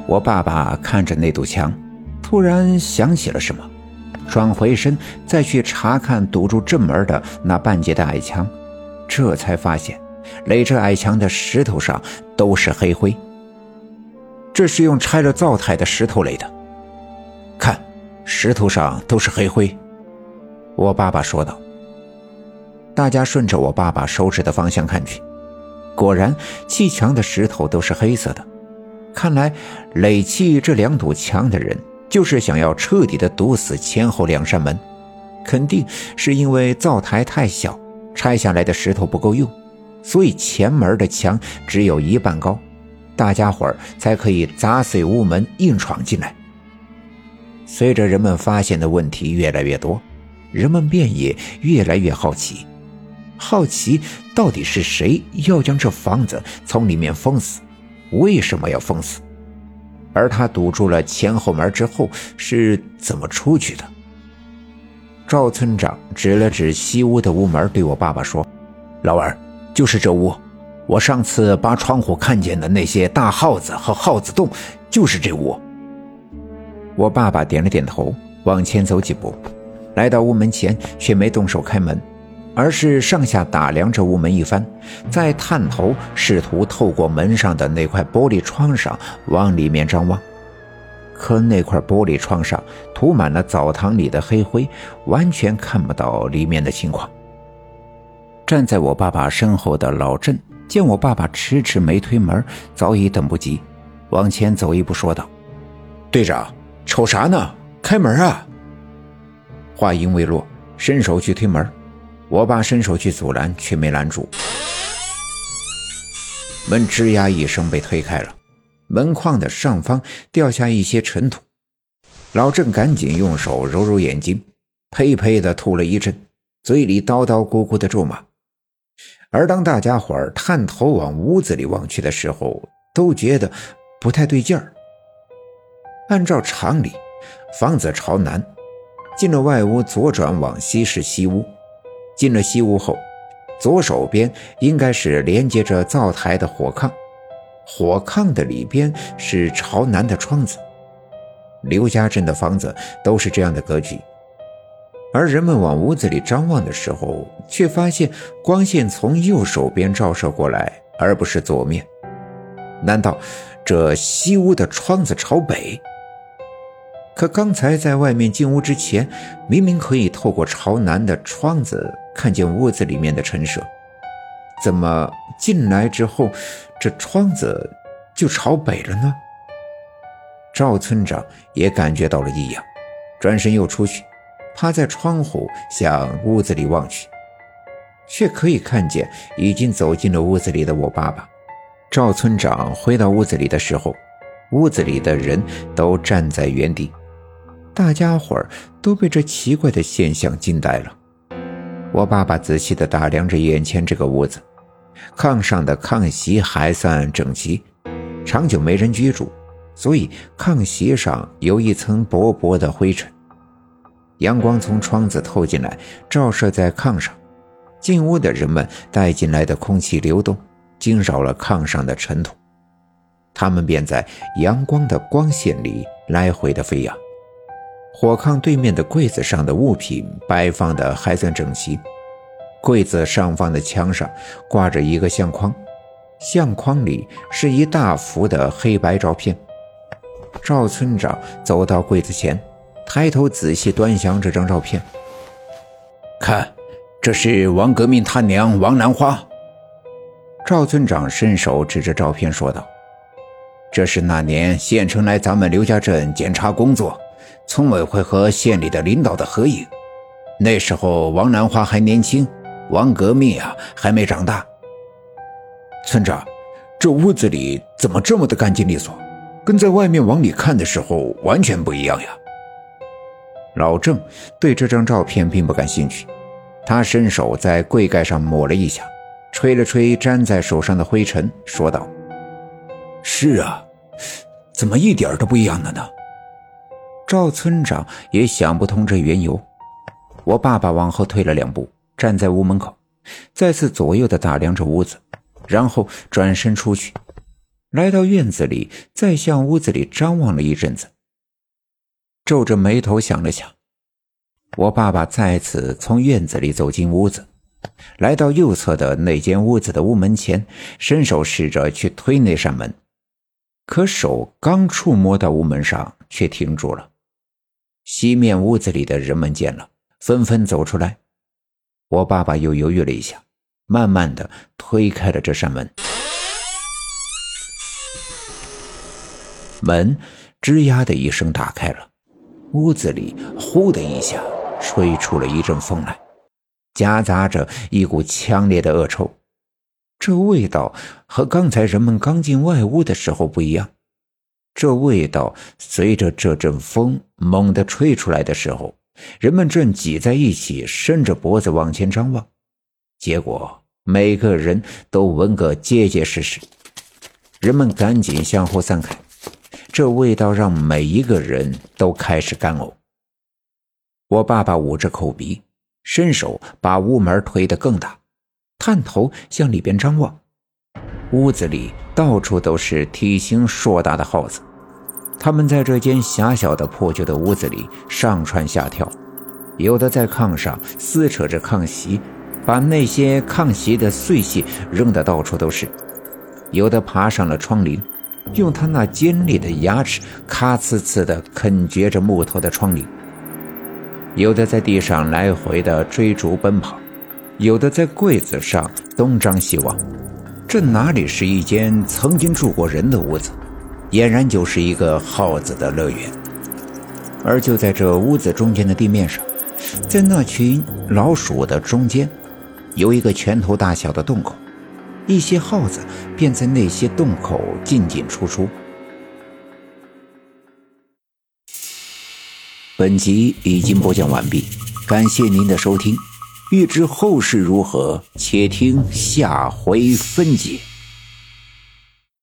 我爸爸看着那堵墙，突然想起了什么，转回身再去查看堵住正门的那半截的矮墙，这才发现垒着矮墙的石头上都是黑灰。这是用拆了灶台的石头垒的，看，石头上都是黑灰。我爸爸说道。大家顺着我爸爸手指的方向看去，果然砌墙的石头都是黑色的。看来垒砌这2堵墙的人就是想要彻底的堵死前后2扇门，肯定是因为灶台太小，拆下来的石头不够用，所以前门的墙只有1半高，大家伙儿才可以砸碎屋门硬闯进来。随着人们发现的问题越来越多，人们便也越来越好奇，到底是谁要将这房子从里面封死，为什么要封死？而他堵住了前后门之后是怎么出去的？赵村长指了指西屋的屋门，对我爸爸说：“老二，就是这屋，我上次扒窗户看见的那些大耗子和耗子洞，就是这屋。”我爸爸点了点头，往前走几步，来到屋门前，却没动手开门，而是上下打量着屋门一番，再探头试图透过门上的那块玻璃窗上往里面张望。可那块玻璃窗上涂满了澡堂里的黑灰，完全看不到里面的情况。站在我爸爸身后的老郑见我爸爸迟迟没推门，早已等不及，往前走一步说道：“队长，瞅啥呢？开门啊！”话音未落，伸手去推门，我爸伸手去阻拦，却没拦住。门吱呀一声被推开了，门框的上方掉下一些尘土。老郑赶紧用手揉揉眼睛，呸呸地吐了一阵，嘴里叨叨咕咕地咒骂。而当大家伙儿探头往屋子里望去的时候，都觉得不太对劲儿。按照常理，房子朝南，进了外屋左转往西是西屋，进了西屋后，左手边应该是连接着灶台的火炕，火炕的里边是朝南的窗子。刘家镇的房子都是这样的格局，而人们往屋子里张望的时候，却发现光线从右手边照射过来，而不是左面。难道这西屋的窗子朝北？可刚才在外面进屋之前，明明可以透过朝南的窗子看见屋子里面的陈设，怎么进来之后这窗子就朝北了呢？赵村长也感觉到了异样，转身又出去，趴在窗户向屋子里望去，却可以看见已经走进了屋子里的我爸爸。赵村长回到屋子里的时候，屋子里的人都站在原地，大家伙儿都被这奇怪的现象惊呆了。我爸爸仔细地打量着眼前这个屋子，炕上的炕席还算整齐，长久没人居住，所以炕席上有一层薄薄的灰尘。阳光从窗子透进来，照射在炕上，进屋的人们带进来的空气流动，惊扰了炕上的尘土，它们便在阳光的光线里来回的飞扬。火炕对面的柜子上的物品摆放的还算整齐，柜子上方的墙上挂着一个相框，相框里是一大幅的黑白照片。赵村长走到柜子前，抬头仔细端详这张照片。看，这是王革命他娘王兰花。赵村长伸手指着照片说道：“这是那年县城来咱们刘家镇检查工作，村委会和县里的领导的合影。那时候王兰花还年轻，王革命还没长大。村长，这屋子里怎么这么的干净利索，跟在外面往里看的时候完全不一样呀。”老郑对这张照片并不感兴趣，他伸手在柜盖上抹了一下，吹了吹粘在手上的灰尘，说道：“是啊，怎么一点都不一样了呢？”赵村长也想不通这缘由。我爸爸往后退了2步，站在屋门口，再次左右地打量着屋子，然后转身出去。 来到院子里，再向屋子里张望了一阵子，皱着眉头想了想。我爸爸再次从院子里走进屋子，来到右侧的那间屋子的屋门前，伸手试着去推那扇门，可手刚触摸到屋门上，却停住了。西面屋子里的人们见了，纷纷走出来。我爸爸又犹豫了一下，慢慢地推开了这扇门。门吱呀的一声打开了，屋子里呼的一下吹出了一阵风来，夹杂着一股强烈的恶臭。这味道和刚才人们刚进外屋的时候不一样，这味道随着这阵风猛地吹出来的时候，人们正挤在一起，伸着脖子往前张望，结果每个人都闻个结结实实。人们赶紧向后散开，这味道让每一个人都开始干呕。我爸爸捂着口鼻，伸手把屋门推得更大，探头向里边张望。屋子里到处都是体型硕大的耗子，他们在这间狭小的破旧的屋子里上蹿下跳，有的在炕上撕扯着炕席，把那些炕席的碎屑扔得到处都是，有的爬上了窗棂，用他那尖利的牙齿咔呲呲地啃掘着木头的窗棂，有的在地上来回地追逐奔跑，有的在柜子上东张西望。这哪里是一间曾经住过人的屋子，俨然就是一个耗子的乐园。而就在这屋子中间的地面上，在那群老鼠的中间，有一个拳头大小的洞口，一些耗子便在那些洞口进进出出。本集已经播讲完毕，感谢您的收听。欲知后事如何，且听下回分解。